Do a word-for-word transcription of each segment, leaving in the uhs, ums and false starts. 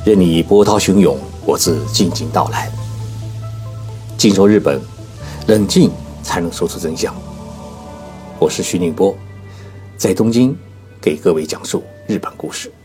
任你波涛汹涌，我自静静到来。静说日本，冷静才能说出真相。我是徐宁波，在东京给各位讲述日本故事。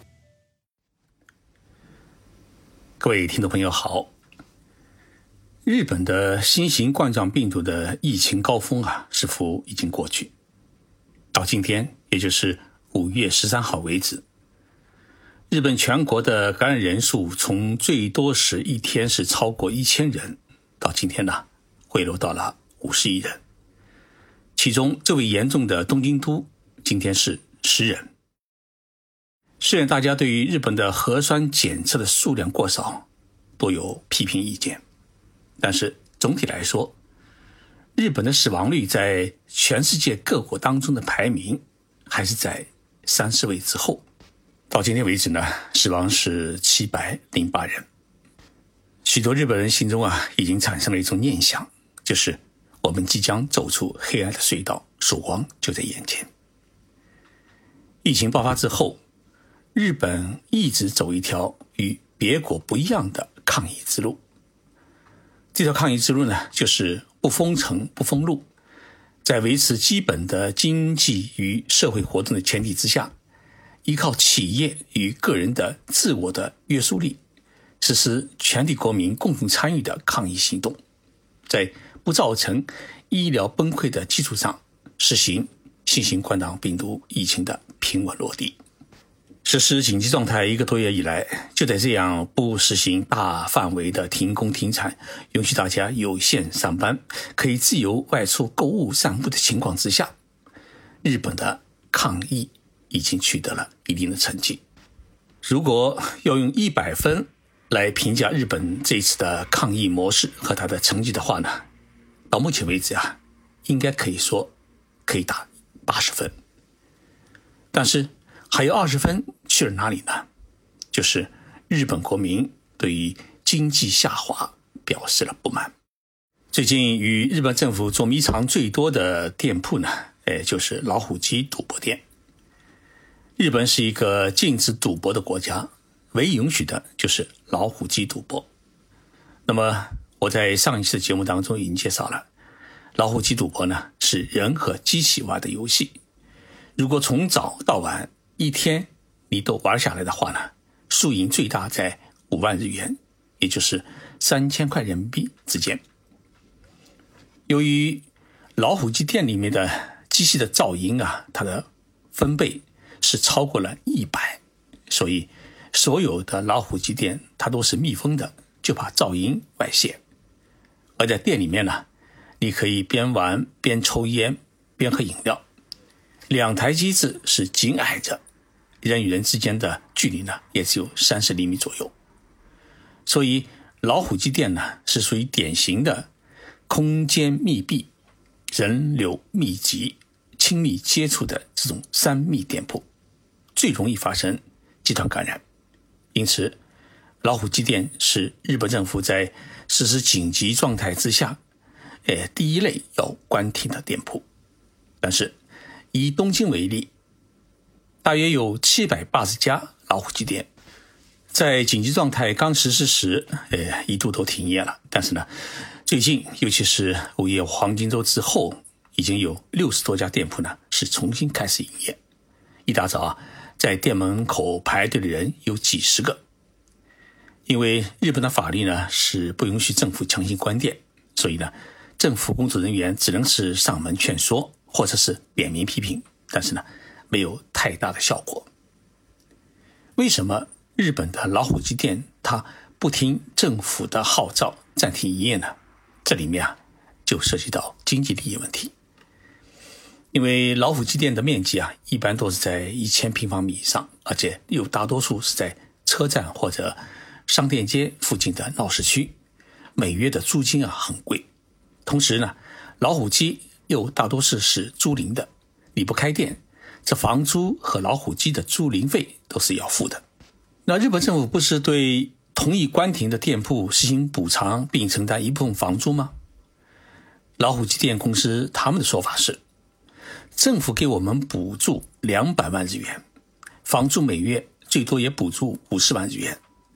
各位听众朋友好，日本的新型冠状病毒的疫情高峰啊，似乎已经过去。到今天，也就是五月十三号为止，日本全国的感染人数从最多时一天是超过一千人，到今天呢，回落到了五十亿人。其中最为严重的东京都今天是十人。虽然大家对于日本的核酸检测的数量过少都有批评意见，但是总体来说，日本的死亡率在全世界各国当中的排名还是在三十位之后。到今天为止呢，死亡是七百零八人。许多日本人心中啊，已经产生了一种念想，就是我们即将走出黑暗的隧道，曙光就在眼前。疫情爆发之后，日本一直走一条与别国不一样的抗疫之路。这条抗疫之路呢，就是不封城、不封路，在维持基本的经济与社会活动的前提之下，依靠企业与个人的自我的约束力，实施全体国民共同参与的抗疫行动，在不造成医疗崩溃的基础上，实行新型冠状病毒疫情的平稳落地。实施紧急状态一个多月以来，就在这样不实行大范围的停工停产，允许大家有限上班，可以自由外出购物散步的情况之下，日本的抗疫已经取得了一定的成绩。如果要用一百分来评价日本这一次的抗疫模式和它的成绩的话呢，到目前为止啊，应该可以说可以打八十分。但是还有二十分去了哪里呢？就是日本国民对于经济下滑表示了不满。最近与日本政府做迷藏最多的店铺呢，也就是老虎机赌博店。日本是一个禁止赌博的国家，唯一允许的就是老虎机赌博。那么我在上一次的节目当中已经介绍了，老虎机赌博呢是人和机器玩的游戏。如果从早到晚一天你都玩下来的话呢，输赢最大在五万日元，也就是三千块人民币之间。由于老虎机店里面的机器的噪音啊，它的分贝是超过了一百，所以所有的老虎机店它都是密封的，就怕噪音外泄。而在店里面呢，你可以边玩边抽烟边喝饮料，两台机子是紧挨着，人与人之间的距离呢也只有三十厘米左右。所以老虎机店呢是属于典型的空间密闭、人流密集、亲密接触的这种三密店铺，最容易发生集团感染。因此老虎机店是日本政府在实施紧急状态之下呃，第一类要关停的店铺。但是以东京为例，大约有七百八十家老虎机店在紧急状态刚实施时呃，一度都停业了。但是呢，最近尤其是五月黄金周之后，已经有六十多家店铺呢是重新开始营业。一大早啊，在店门口排队的人有几十个。因为日本的法律呢是不允许政府强行关店，所以呢，政府工作人员只能是上门劝说或者是点名批评，但是呢，没有太大的效果。为什么日本的老虎机店它不听政府的号召暂停营业呢？这里面啊就涉及到经济利益问题。因为老虎机店的面积啊一般都是在一千平方米以上，而且又大多数是在车站或者商店街附近的闹市区，每月的租金啊很贵。同时呢，老虎机又大多是是租赁的，你不开店，这房租和老虎机的租赁费都是要付的。那日本政府不是对同意关停的店铺实行补偿并承担一部分房租吗？老虎机店公司他们的说法是，政府给我们补助两百万日元，房租每月最多也补助五十万日元，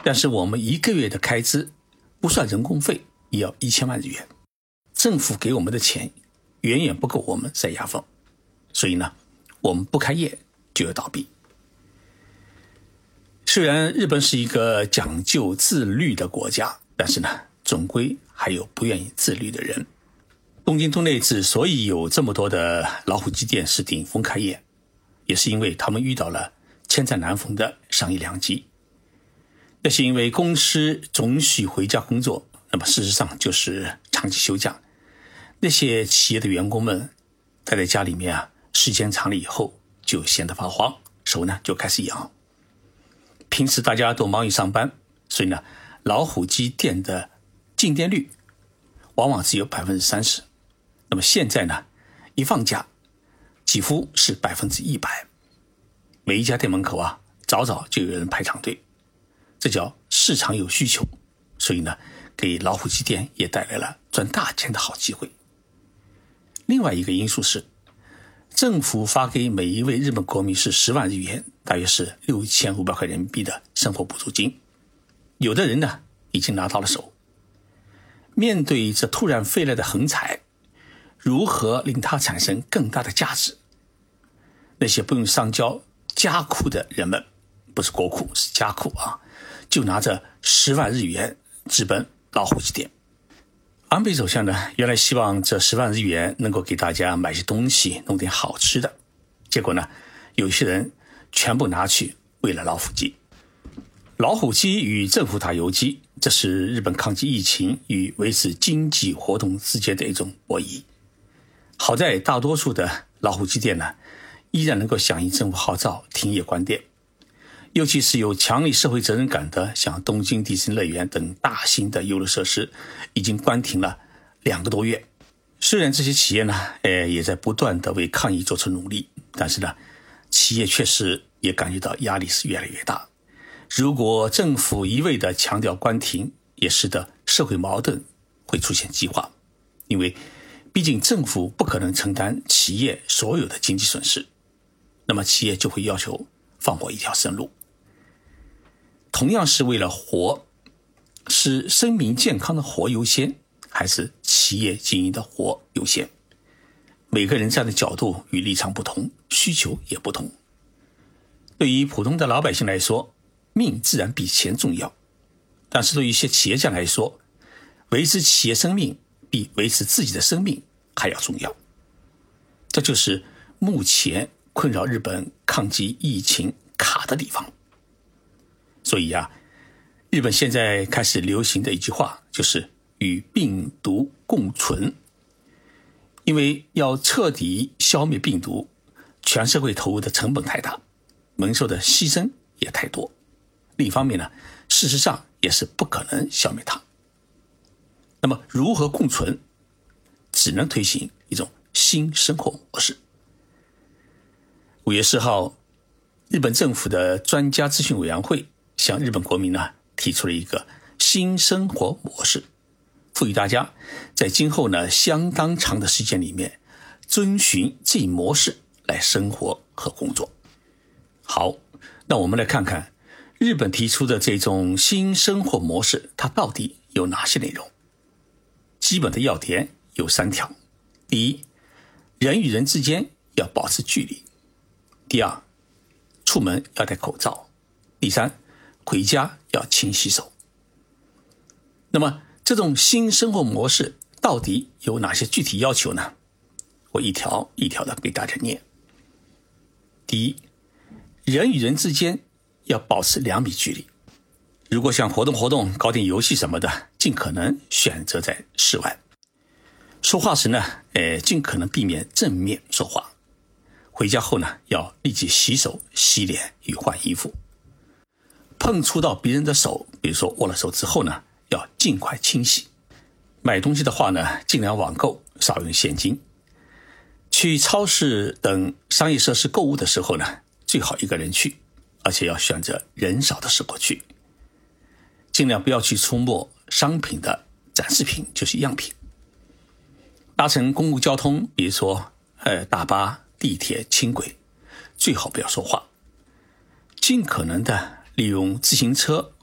但是我们一个月的开支不算人工费也要一千万日元，政府给我们的钱远远不够我们塞牙缝，所以呢，我们不开业就要倒闭。虽然日本是一个讲究自律的国家，但是呢，总归还有不愿意自律的人。东京都内之所以有这么多的老虎机店是顶峰开业，也是因为他们遇到了千载难逢的商业良机。那是因为公司总许回家工作，那么事实上就是长期休假。那些企业的员工们待在家里面啊，时间长了以后就闲得发慌，手呢就开始痒。平时大家都忙于上班，所以呢，老虎机店的进店率往往只有 百分之三十。那么现在呢，一放假几乎是 百分之一百。每一家店门口啊，早早就有人排长队，这叫市场有需求，所以呢，给老虎机店也带来了赚大钱的好机会。另外一个因素是，政府发给每一位日本国民是十万日元，大约是六千五百块人民币的生活补助金，有的人呢已经拿到了手。面对这突然飞来的横财，如何令它产生更大的价值？那些不用上交家库的人们，不是国库，是家库啊，就拿着十万日元直奔老虎机店。安倍首相呢，原来希望这十万日元能够给大家买些东西，弄点好吃的，结果呢，有些人全部拿去喂了老虎机。老虎机与政府打游击，这是日本抗击疫情与维持经济活动之间的一种博弈。好在大多数的老虎机店呢，依然能够响应政府号召停业关店，尤其是有强烈社会责任感的，像东京迪士尼乐园等大型的游乐设施，已经关停了两个多月。虽然这些企业呢，呃，也在不断的为抗疫做出努力，但是呢，企业确实也感觉到压力是越来越大。如果政府一味的强调关停，也使得社会矛盾会出现激化，因为毕竟政府不可能承担企业所有的经济损失，那么企业就会要求放我一条生路。同样是为了活，是生命健康的活优先，还是企业经营的活优先？每个人站的角度与立场不同，需求也不同。对于普通的老百姓来说，命自然比钱重要，但是对于一些企业家来说，维持企业生命比维持自己的生命还要重要。这就是目前困扰日本抗击疫情卡的地方。所以啊，日本现在开始流行的一句话就是与病毒共存。因为要彻底消灭病毒，全社会投入的成本太大，蒙受的牺牲也太多。另一方面呢，事实上也是不可能消灭它。那么如何共存，只能推行一种新生活模式。五月四号，日本政府的专家咨询委员会向日本国民呢提出了一个新生活模式，赋予大家在今后呢相当长的时间里面遵循这一模式来生活和工作。好，那我们来看看日本提出的这种新生活模式，它到底有哪些内容？基本的要点有三条。第一，人与人之间要保持距离。第二，出门要戴口罩。第三，回家要勤洗手。那么这种新生活模式到底有哪些具体要求呢？我一条一条的给大家念。第一，人与人之间要保持两米距离。如果想活动活动，搞点游戏什么的，尽可能选择在室外。说话时呢，呃，尽可能避免正面说话。回家后呢，要立即洗手、洗脸与换衣服。碰触到别人的手，比如说握了手之后呢，要尽快清洗。买东西的话呢，尽量网购，少用现金。去超市等商业设施购物的时候呢，最好一个人去，而且要选择人少的时候去。尽量不要去触摸商品的展示品，就是样品。搭乘公共交通，比如说呃大巴、地铁、轻轨，最好不要说话。尽可能的利用自行车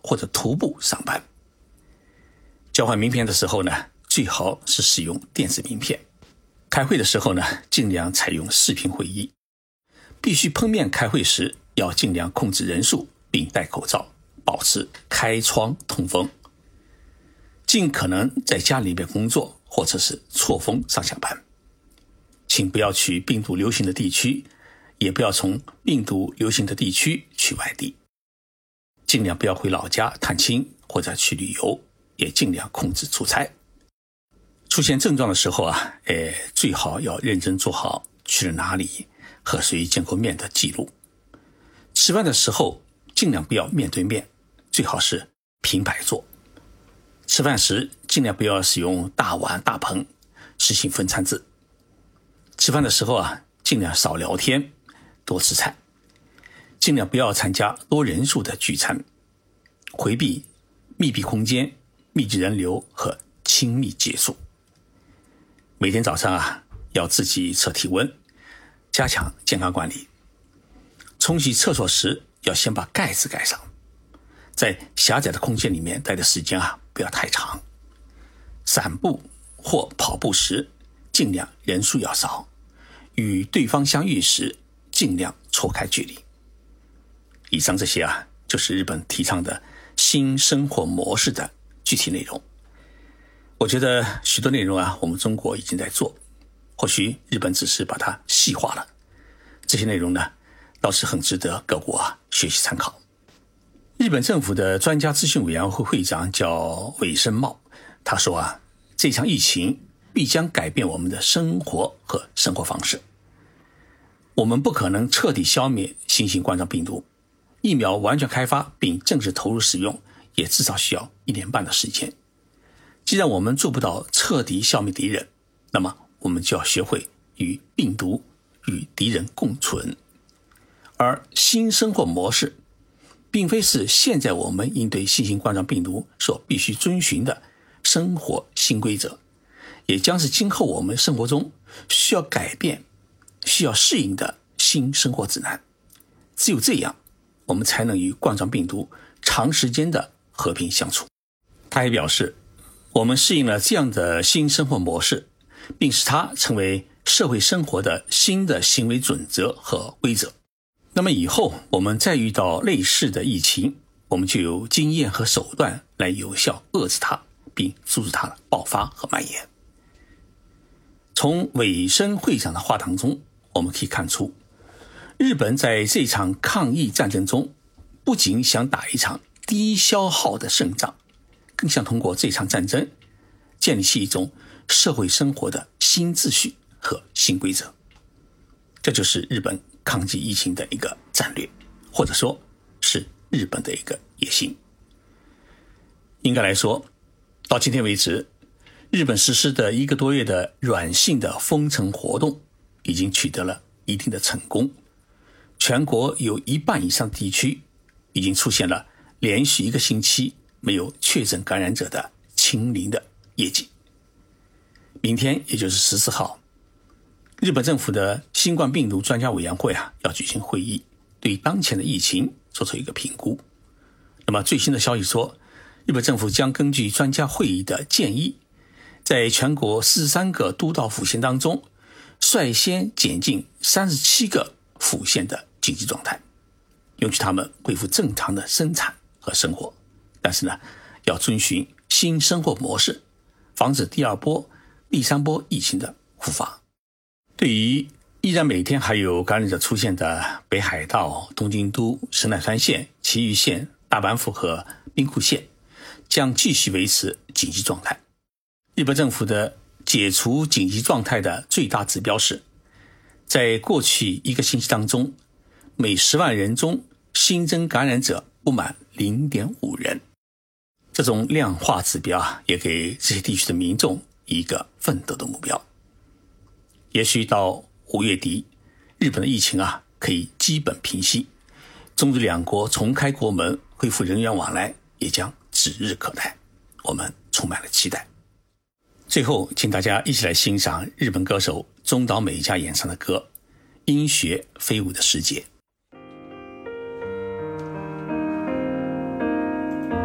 或者徒步上班。交换名片的时候呢，最好是使用电子名片。开会的时候呢，尽量采用视频会议。必须碰面开会时，要尽量控制人数，并戴口罩，保持开窗通风。尽可能在家里面工作，或者是错峰上下班。请不要去病毒流行的地区，也不要从病毒流行的地区去外地。尽量不要回老家探亲或者去旅游，也尽量控制出差。出现症状的时候啊，呃，最好要认真做好去了哪里、和谁见过面的记录。吃饭的时候尽量不要面对面，最好是平排坐。吃饭时尽量不要使用大碗大盆，实行分餐制。吃饭的时候啊，尽量少聊天，多吃菜。尽量不要参加多人数的聚餐，回避密闭空间、密集人流和亲密接触。每天早上啊，要自己测体温，加强健康管理。冲洗厕所时要先把盖子盖上。在狭窄的空间里面待的时间啊，不要太长。散步或跑步时尽量人数要少，与对方相遇时尽量错开距离。以上这些啊，就是日本提倡的新生活模式的具体内容。我觉得许多内容啊，我们中国已经在做，或许日本只是把它细化了。这些内容呢，倒是很值得各国啊学习参考。日本政府的专家咨询委员会会长叫尾生茂，他说啊，这场疫情必将改变我们的生活和生活方式。我们不可能彻底消灭新型冠状病毒，疫苗完全开发并正式投入使用，也至少需要一年半的时间。既然我们做不到彻底消灭敌人，那么我们就要学会与病毒、与敌人共存。而新生活模式并非是现在我们应对新型冠状病毒所必须遵循的生活新规则，也将是今后我们生活中需要改变、需要适应的新生活指南。只有这样，我们才能与冠状病毒长时间的和平相处。他还表示，我们适应了这样的新生活模式，并使它成为社会生活的新的行为准则和规则。那么以后我们再遇到类似的疫情，我们就有经验和手段来有效遏制它，并阻止它的爆发和蔓延。从尾生会长的话当中，我们可以看出，日本在这场抗疫战争中，不仅想打一场低消耗的胜仗，更想通过这场战争建立起一种社会生活的新秩序和新规则。这就是日本抗击疫情的一个战略，或者说是日本的一个野心。应该来说，到今天为止，日本实施的一个多月的软性的封城活动已经取得了一定的成功。全国有一半以上地区已经出现了连续一个星期没有确诊感染者的清零的业绩。明天也就是十四号，日本政府的新冠病毒专家委员会啊要举行会议，对当前的疫情做出一个评估。那么最新的消息说，日本政府将根据专家会议的建议，在全国四十三个都道府县当中，率先解禁三十七个府县的紧急状态，允许他们恢复正常的生产和生活。但是呢，要遵循新生活模式，防止第二波、第三波疫情的复发。对于依然每天还有感染者出现的北海道、东京都、神奈川县、埼玉县、大阪府和兵库县，将继续维持紧急状态。日本政府的解除紧急状态的最大指标是，在过去一个星期当中，每十万人中新增感染者不满 零点五 人。这种量化指标啊，也给这些地区的民众一个奋斗的目标。也许到五月底，日本的疫情啊可以基本平息，中日两国重开国门，恢复人员往来也将指日可待，我们充满了期待。最后，请大家一起来欣赏日本歌手中岛美嘉演唱的歌《音学飞舞的世界》。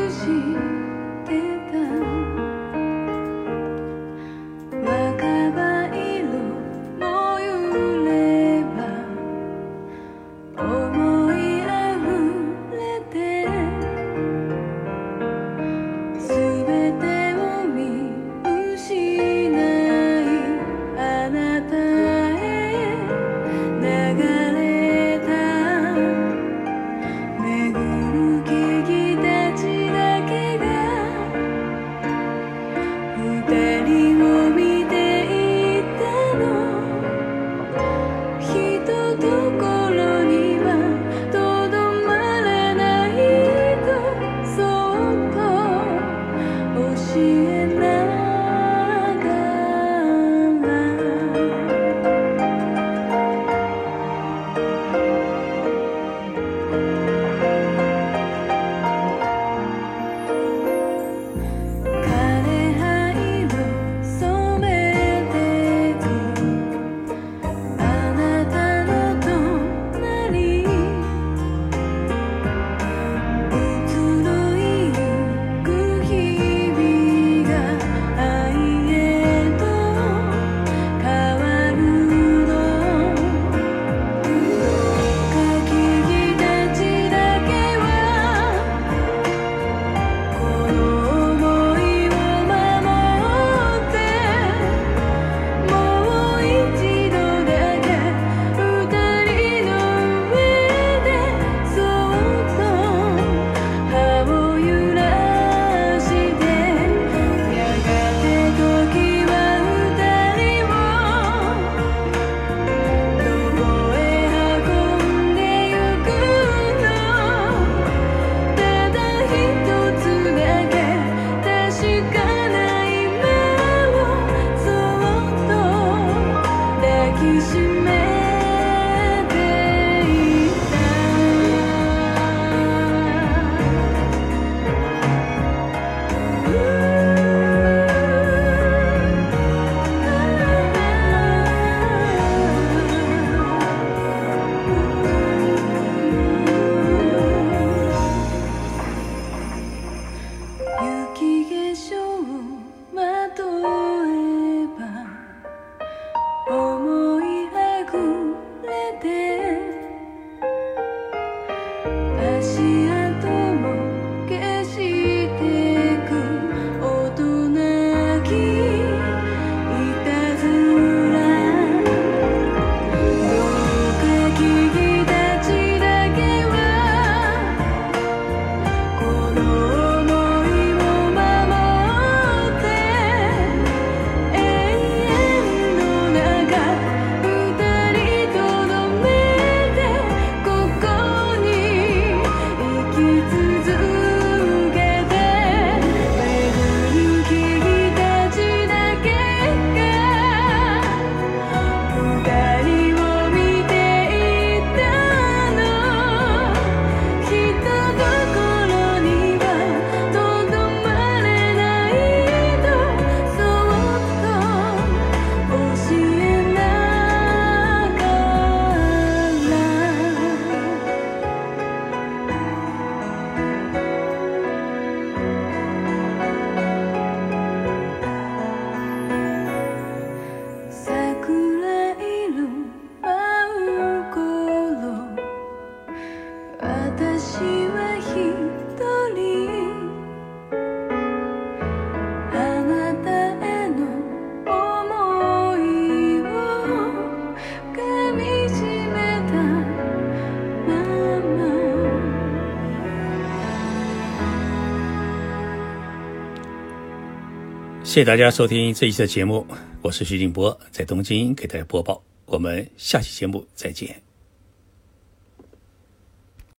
谢谢大家收听这一期的节目，我是徐静波，在东京给大家播报，我们下期节目再见。